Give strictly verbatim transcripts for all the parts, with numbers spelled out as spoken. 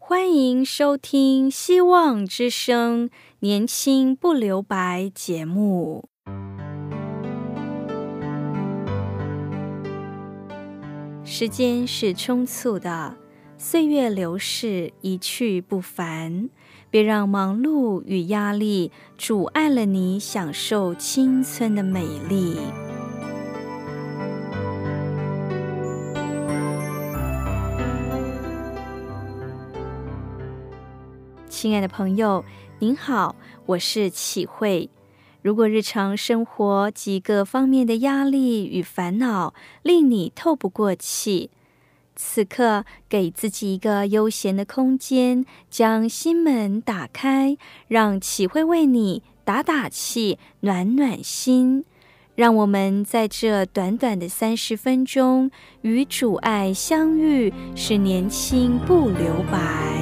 欢迎收听希望之声年轻不留白节目。时间是匆促的，岁月流逝，一去不返。别让忙碌与压力阻碍了你享受青春的美丽。亲爱的朋友，您好，我是启慧。如果日常生活几个方面的压力与烦恼令你透不过气，此刻给自己一个悠闲的空间，将心门打开，让启慧为你打打气，暖暖心。让我们在这短短的三十分钟与主爱相遇，使年轻不留白。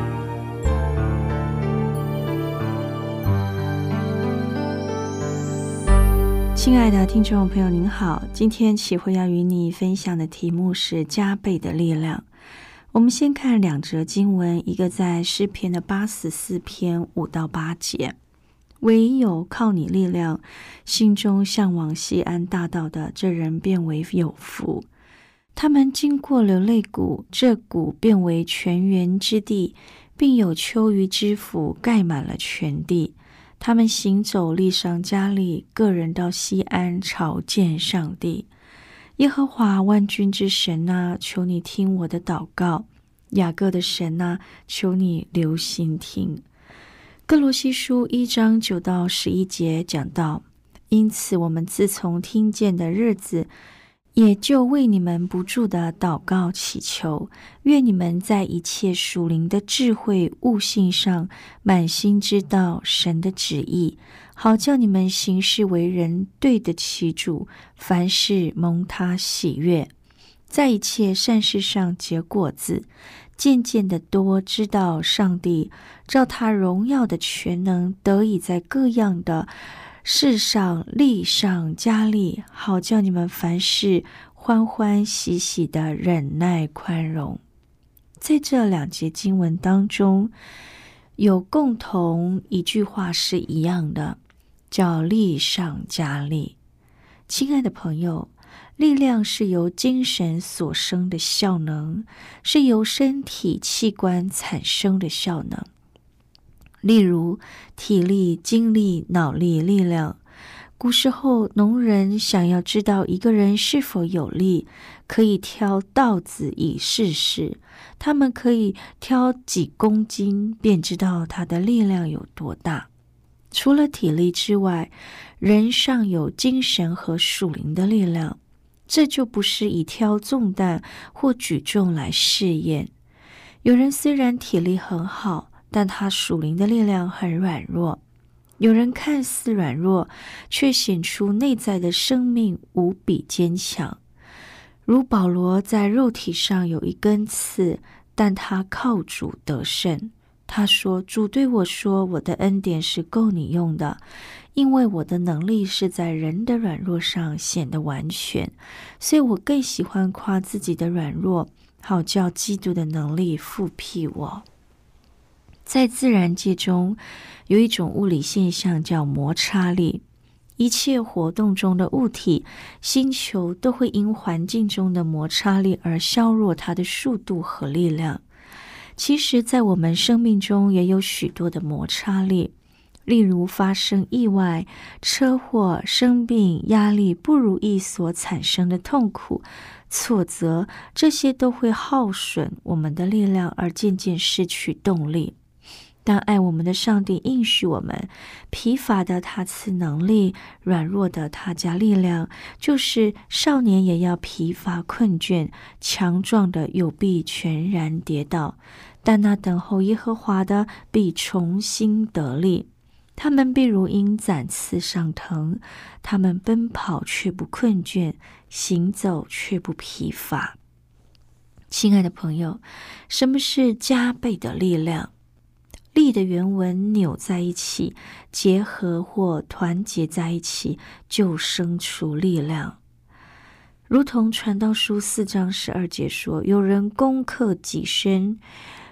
亲爱的听众朋友您好，今天启慧要与你分享的题目是加倍的力量。我们先看两则经文，一个在诗篇的八十四篇五到八节，唯有靠你力量，心中向往锡安大道的，这人便为有福。他们经过了泪谷，这谷变为泉源之地，并有秋雨之福盖满了全地。他们行走，力上加力，个人到锡安朝见上帝。耶和华万军之神啊，求你听我的祷告；雅各的神啊，求你留心听。歌罗西书一章九到十一节讲到，因此我们自从听见的日子，也就为你们不住的祷告祈求，愿你们在一切属灵的智慧悟性上满心知道神的旨意，好叫你们行事为人对得起主，凡事蒙他喜悦，在一切善事上结果子，渐渐的多知道上帝照他荣耀的全能，得以在各样的事上力上加力，好叫你们凡事欢欢喜喜的忍耐宽容。在这两节经文当中，有共同一句话是一样的，叫力上加力。亲爱的朋友，力量是由精神所生的效能，是由身体器官产生的效能。例如体力、精力、脑力、力量。古时候农人想要知道一个人是否有力，可以挑稻子以试试，他们可以挑几公斤，便知道他的力量有多大。除了体力之外，人尚有精神和属灵的力量，这就不是以挑重担或举重来试验。有人虽然体力很好，但他属灵的力量很软弱。有人看似软弱，却显出内在的生命无比坚强。如保罗在肉体上有一根刺，但他靠主得胜。他说，主对我说，我的恩典是够你用的，因为我的能力是在人的软弱上显得完全，所以我更喜欢夸自己的软弱，好叫基督的能力复辟我。在自然界中，有一种物理现象叫摩擦力。一切活动中的物体、星球都会因环境中的摩擦力而削弱它的速度和力量。其实，在我们生命中也有许多的摩擦力，例如发生意外、车祸、生病、压力、不如意所产生的痛苦、挫折，这些都会耗损我们的力量，而渐渐失去动力。但爱我们的上帝应许我们，疲乏的他赐能力，软弱的他加力量，就是少年也要疲乏困倦，强壮的有必全然跌倒，但那等候耶和华的必重新得力。他们必如鹰展翅上腾，他们奔跑却不困倦，行走却不疲乏。亲爱的朋友，什么是加倍的力量？力的原文扭在一起，结合或团结在一起，就生出力量。如同传道书四章十二节说，有人攻克己身，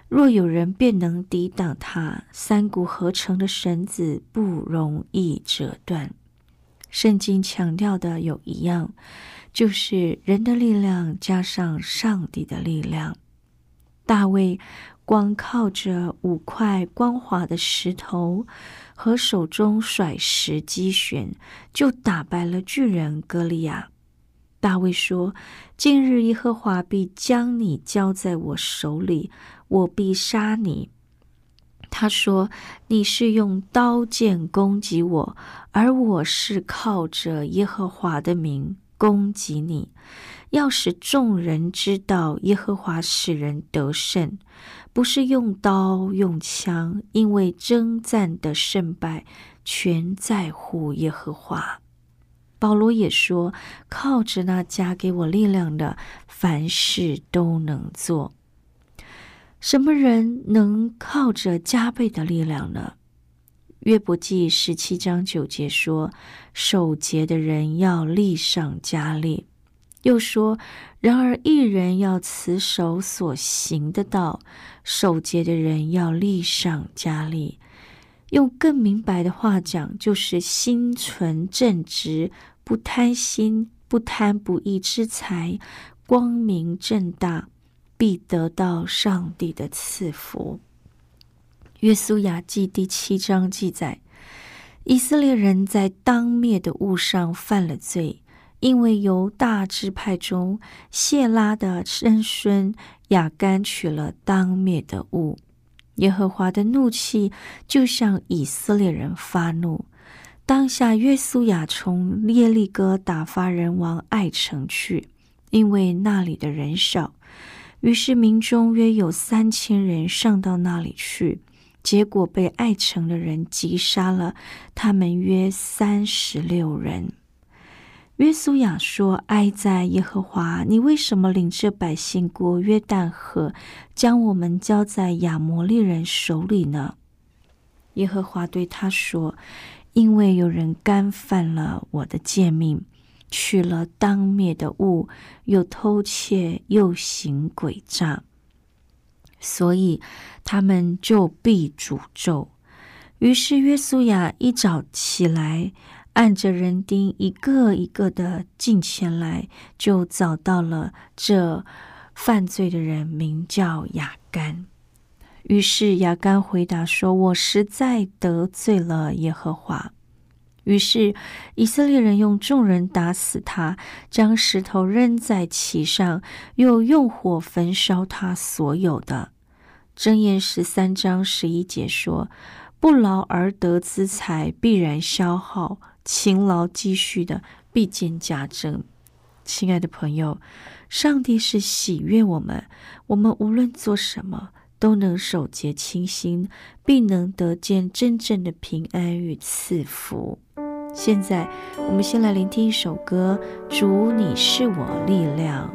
若有人便能抵挡他，三股合成的绳子不容易折断。圣经强调的有一样，就是人的力量加上上帝的力量。大卫光靠着五块光滑的石头和手中甩石击旋，就打败了巨人歌利亚。大卫说，今日耶和华必将你交在我手里，我必杀你。他说，你是用刀剑攻击我，而我是靠着耶和华的名攻击你，要使众人知道耶和华使人得胜，不是用刀用枪，因为征战的胜败全在乎耶和华。保罗也说，靠着那加给我力量的，凡事都能做。什么人能靠着加倍的力量呢？约伯记十七章九节说，守节的人要力上加力。又说，然而义人要持守所行的道，守节的人要力上加力。用更明白的话讲，就是心存正直，不贪心，不贪不义之财，光明正大，必得到上帝的赐福。约书亚记第七章记载，以色列人在当灭的物上犯了罪，因为犹大支派中谢拉的曾孙亚干取了当灭的物。耶和华的怒气就向以色列人发怒，当下约书亚从耶利哥打发人往爱城去，因为那里的人少，于是民中约有三千人上到那里去，结果被爱城的人击杀了，他们约三十六人。约书亚说，哀哉耶和华，你为什么领这百姓过约旦河，将我们交在亚摩利人手里呢？耶和华对他说，因为有人干犯了我的诫命，取了当灭的物，又偷窃，又行诡诈，所以他们就必诅咒。于是约书亚一早起来，按着人丁一个一个的进前来，就找到了这犯罪的人，名叫亚干。于是亚干回答说，我实在得罪了耶和华。于是以色列人用众人打死他，将石头扔在其上，又用火焚烧他所有的。箴言十三章十一节说，不劳而得之财必然消耗，勤劳积蓄的必见加增。亲爱的朋友，上帝是喜悦我们，我们无论做什么都能守节清心，必能得见真正的平安与赐福。现在我们先来聆听一首歌，主你是我力量。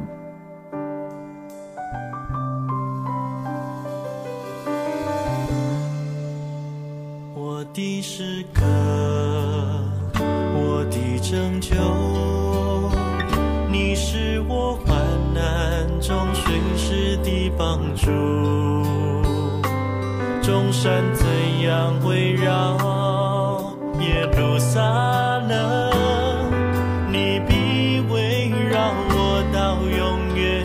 我的诗歌，我的拯救，你是我患难中随时的帮助。众山怎样围绕耶路撒冷，你必围绕我到永远。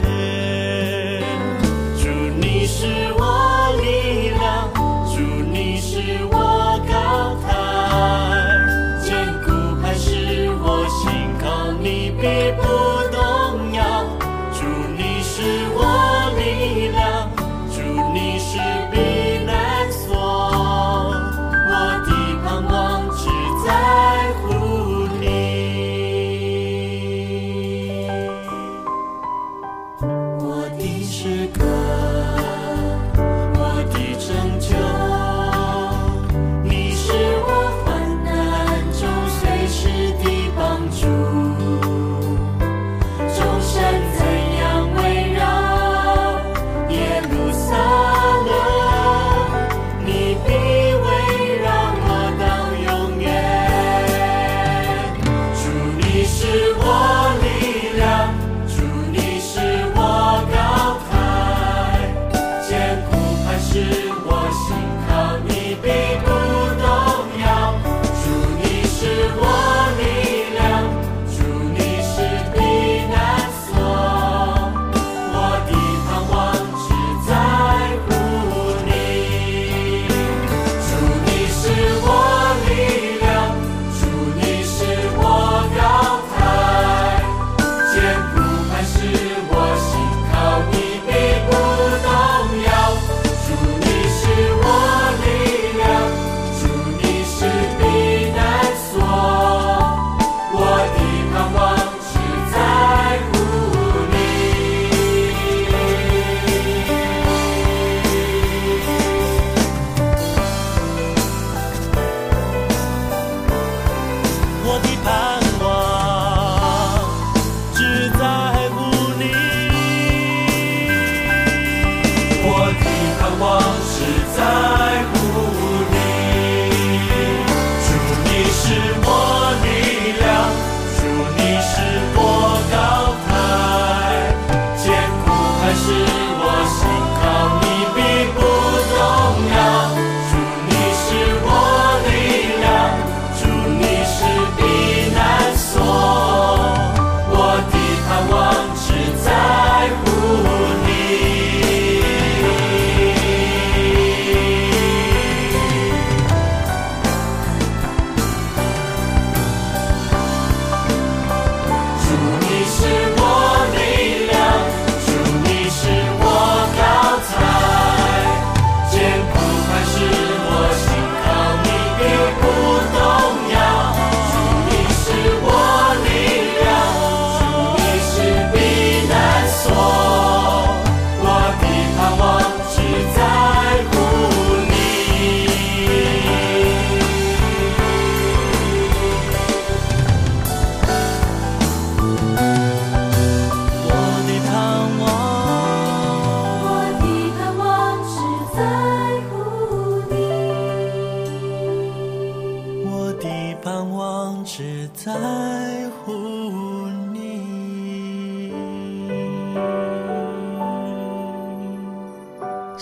主你是我力量，主你是我高台，坚固磐石我心靠，你必不动摇。主你是我力量，主你是避难所，我的盼望只在乎你。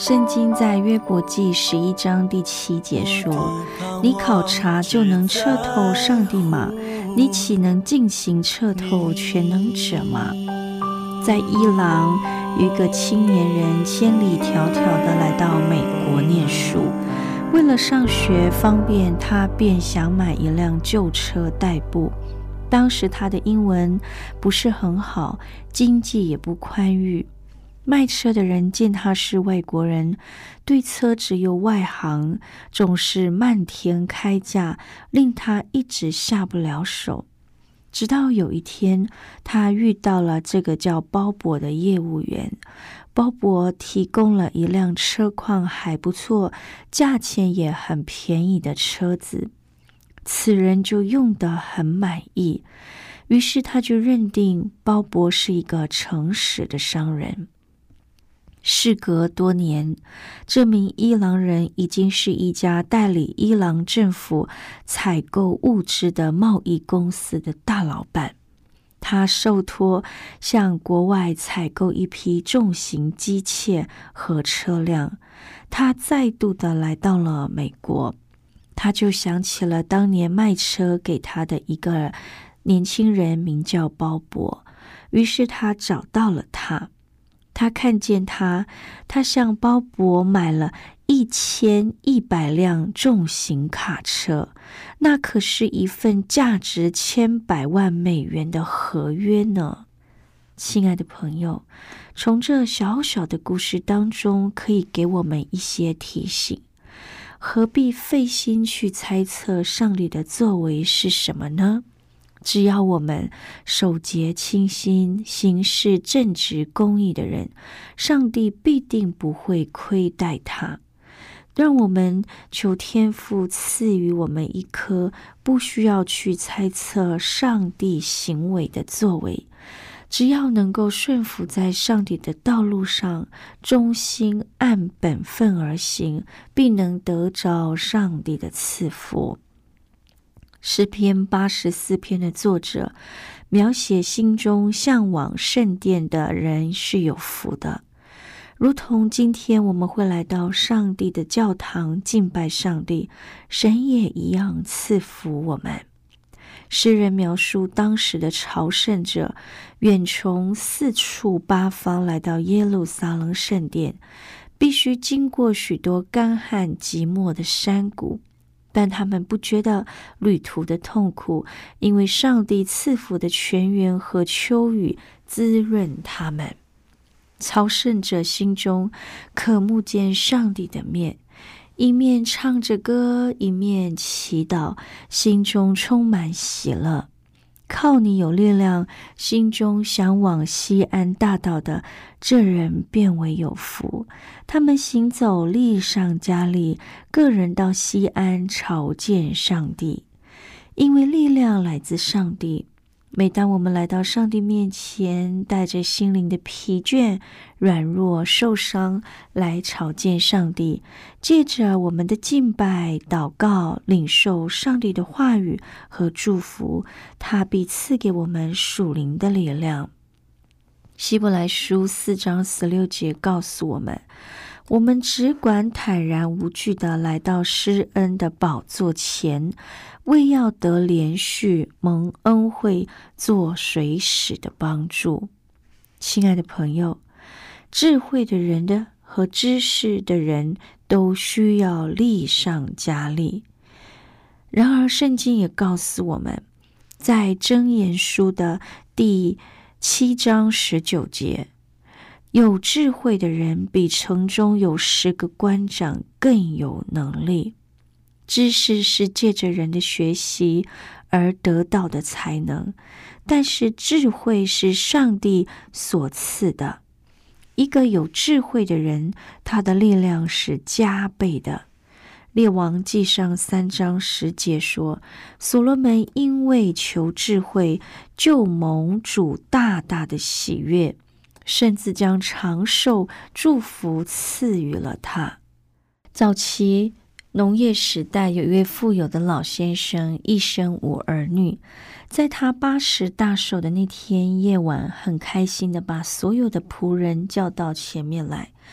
圣经在约伯记十一章第七节说：你考察就能彻透上帝吗？你岂能尽行彻透全能者吗？在伊朗，有一个青年人千里迢迢地来到美国念书，为了上学方便，他便想买一辆旧车代步。当时他的英文不是很好，经济也不宽裕。卖车的人见他是外国人，对车只有外行，总是漫天开价，令他一直下不了手。直到有一天，他遇到了这个叫鲍勃的业务员。鲍勃提供了一辆车况还不错、价钱也很便宜的车子，此人就用得很满意，于是他就认定鲍勃是一个诚实的商人。事隔多年，这名伊朗人已经是一家代理伊朗政府采购物资的贸易公司的大老板。他受托向国外采购一批重型机械和车辆。他再度的来到了美国，他就想起了当年卖车给他的一个年轻人，名叫鲍勃。于是他找到了他。他看见他，他向鲍勃买了一千一百辆重型卡车，那可是一份价值千百万美元的合约呢。亲爱的朋友，从这小小的故事当中，可以给我们一些提醒。何必费心去猜测上帝的作为是什么呢？只要我们守节清心，行事正直公义的人，上帝必定不会亏待他。让我们求天父赐予我们一颗不需要去猜测上帝行为的作为，只要能够顺服在上帝的道路上，忠心按本分而行，必能得着上帝的赐福。诗篇八十四篇的作者描写心中向往圣殿的人是有福的，如同今天我们会来到上帝的教堂敬拜上帝，神也一样赐福我们。诗人描述当时的朝圣者远从四处八方来到耶路撒冷圣殿，必须经过许多干旱寂寞的山谷，但他们不觉得旅途的痛苦，因为上帝赐福的泉源和秋雨滋润他们。朝圣者心中渴慕见上帝的面，一面唱着歌，一面祈祷，心中充满喜乐。靠你有力量，心中向往西安大道的这人便为有福。他们行走力上加力，个人到西安朝见上帝，因为力量来自上帝。每当我们来到上帝面前，带着心灵的疲倦、软弱、受伤来朝见上帝，借着我们的敬拜、祷告，领受上帝的话语和祝福，他必赐给我们属灵的力量。希伯来书四章十六节告诉我们，我们只管坦然无惧地来到施恩的宝座前，为要得连续蒙恩惠，做随时的帮助。亲爱的朋友，智慧的人的和知识的人都需要力上加力。然而圣经也告诉我们，在箴言书的第七章十九节，有智慧的人比城中有十个官长更有能力。知识是借着人的学习而得到的才能，但是智慧是上帝所赐的。一个有智慧的人，他的力量是加倍的。列王纪上三章十节说，所罗门因为求智慧，就蒙主大大的喜悦，甚至将长寿祝福赐予了他。早期农业时代，有一位富有的老先生，一生无儿女。在他八十大寿的那天夜晚，很开心的把所有的仆人叫到前面来。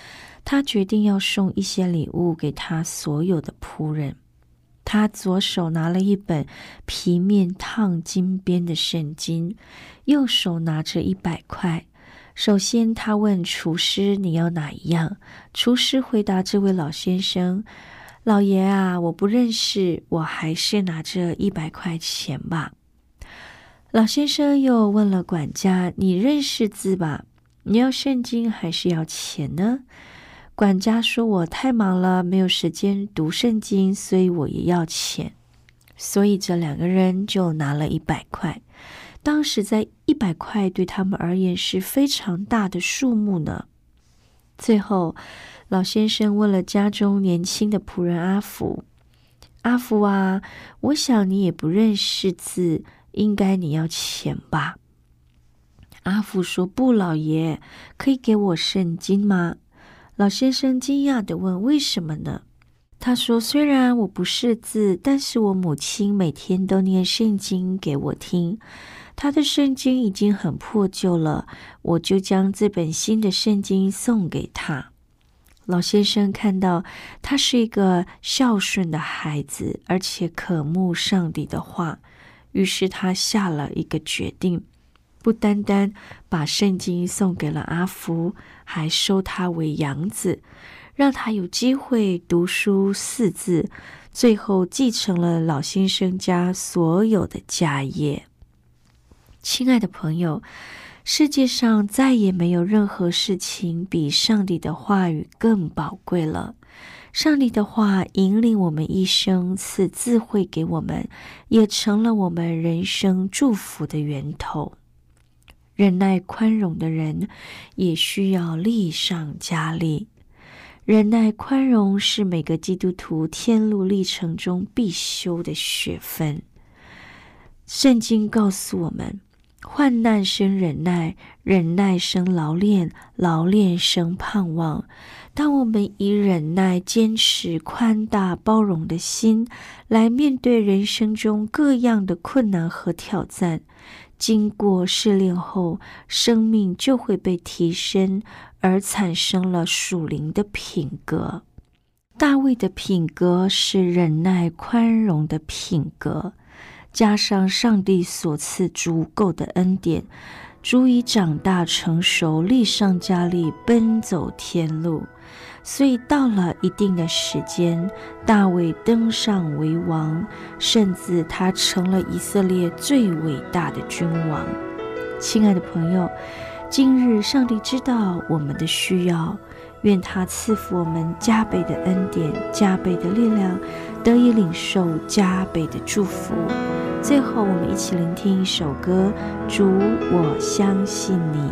他决定要送一些礼物给他所有的仆人。他左手拿了一本皮面烫金边的圣经，右手拿着一百块。首先他问厨师，你要哪一样？厨师回答这位老先生，老爷啊，我不认识，我还是拿着一百块钱吧。老先生又问了管家，你认识字吧？你要圣经还是要钱呢？管家说，我太忙了，没有时间读圣经，所以我也要钱。所以这两个人就拿了一百块。当时在一百块对他们而言是非常大的数目呢。最后老先生问了家中年轻的仆人阿福，阿福啊，我想你也不认识字，应该你要钱吧？阿福说，不，老爷，可以给我圣经吗？老先生惊讶地问，为什么呢？他说，虽然我不识字，但是我母亲每天都念圣经给我听，她的圣经已经很破旧了，我就将这本新的圣经送给她。老先生看到他是一个孝顺的孩子，而且渴慕上帝的话，于是他下了一个决定，不单单把圣经送给了阿福，还收他为养子，让他有机会读书识字，最后继承了老先生家所有的家业。亲爱的朋友，世界上再也没有任何事情比上帝的话语更宝贵了。上帝的话引领我们一生，赐智慧给我们，也成了我们人生祝福的源头。忍耐宽容的人也需要力上加力。忍耐宽容是每个基督徒天路历程中必修的学分。圣经告诉我们，患难生忍耐，忍耐生劳练，劳练生盼望。当我们以忍耐、坚持、宽大、包容的心来面对人生中各样的困难和挑战，经过试炼后，生命就会被提升，而产生了属灵的品格。大卫的品格是忍耐宽容的品格，加上上帝所赐足够的恩典，足以长大成熟，力上加力，奔走天路。所以到了一定的时间，大卫登上为王，甚至他成了以色列最伟大的君王。亲爱的朋友，今日上帝知道我们的需要，愿他赐福我们加倍的恩典，加倍的力量，得以领受加倍的祝福。最后我们一起聆听一首歌，主，我相信你。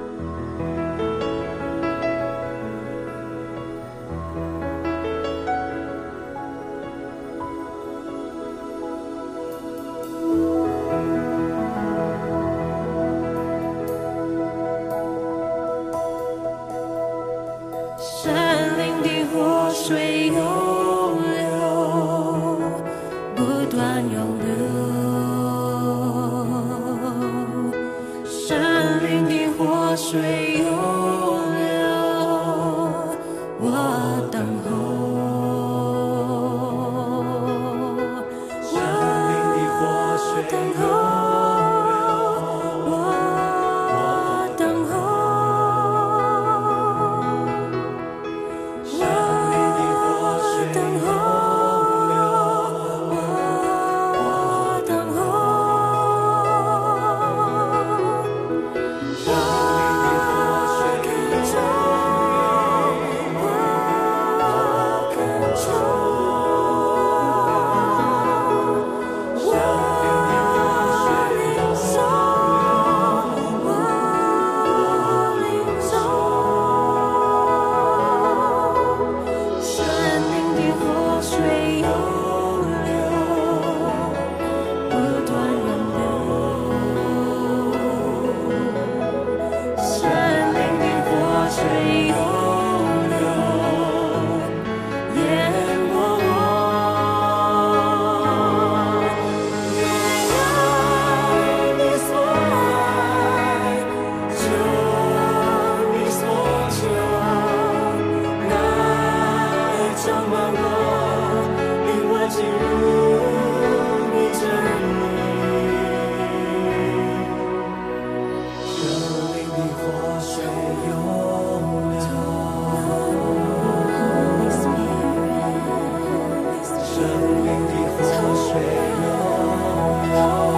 山林的活水永流，不断涌流。山林的活水永流，我等候。山林的活水永流，我等候。我满我，引我进入你真理，生命的活水涌流，生命的活水涌流。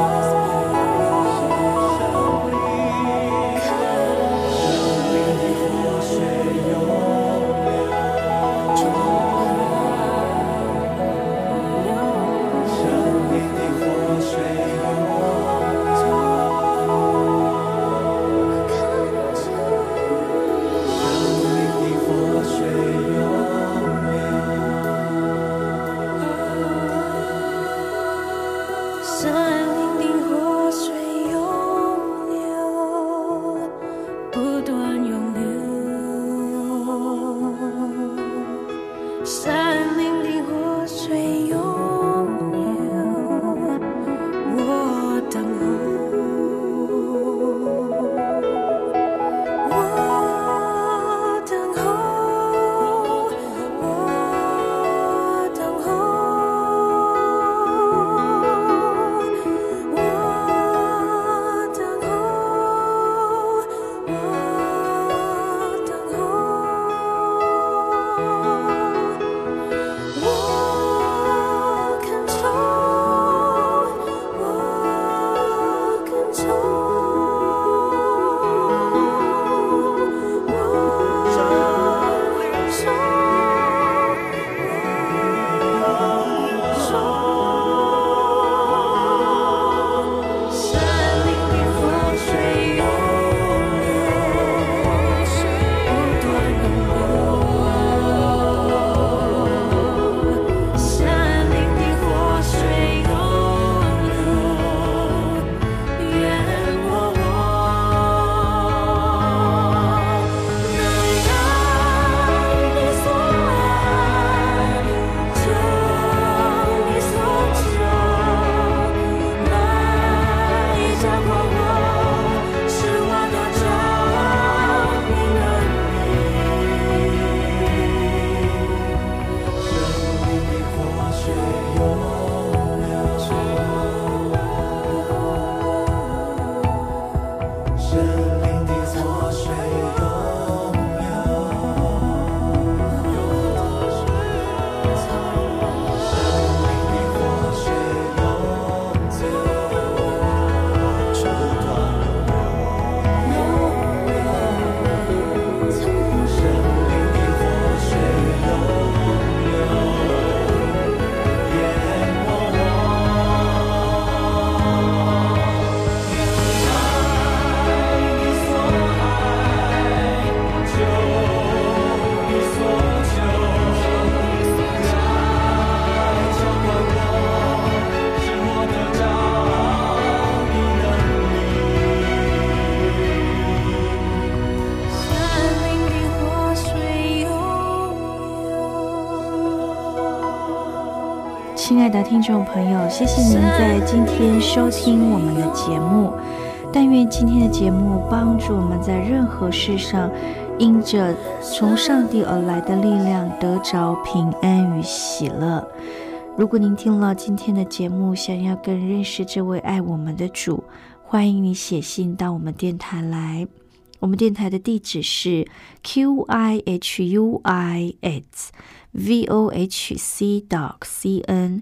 亲爱的听众朋友，谢谢您在今天收听我们的节目。但愿今天的节目帮助我们在任何事上，因着从上帝而来的力量，得着平安与喜乐。如果您听了今天的节目，想要更认识这位爱我们的主，欢迎你写信到我们电台来。我们电台的地址是 q i h u i s v o h c dot c n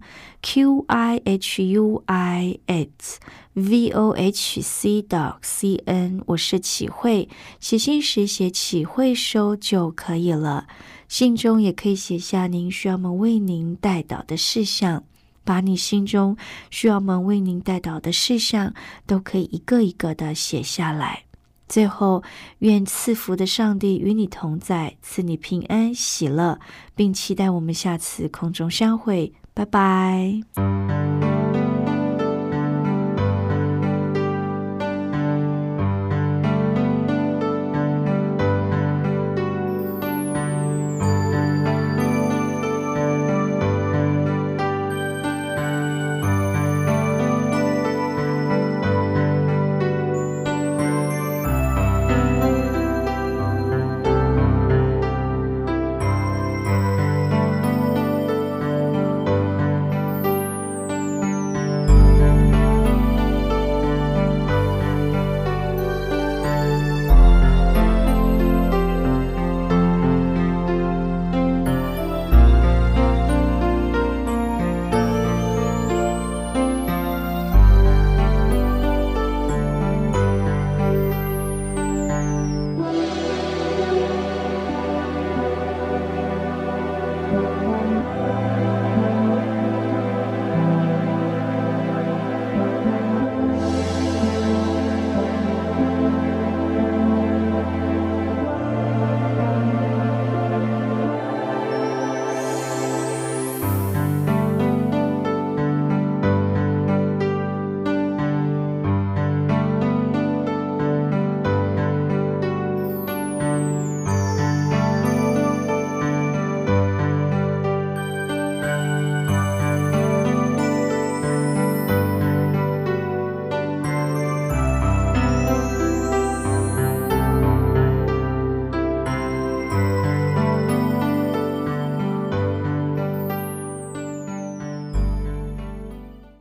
q i h u i s v o h c dot c n。 我是启慧，写信时写启慧收就可以了。信中也可以写下您需要我们为您代祷的事项，把你心中需要我们为您代祷的事项都可以一个一个的写下来。最后，愿赐福的上帝与你同在，赐你平安喜乐，并期待我们下次空中相会。拜拜。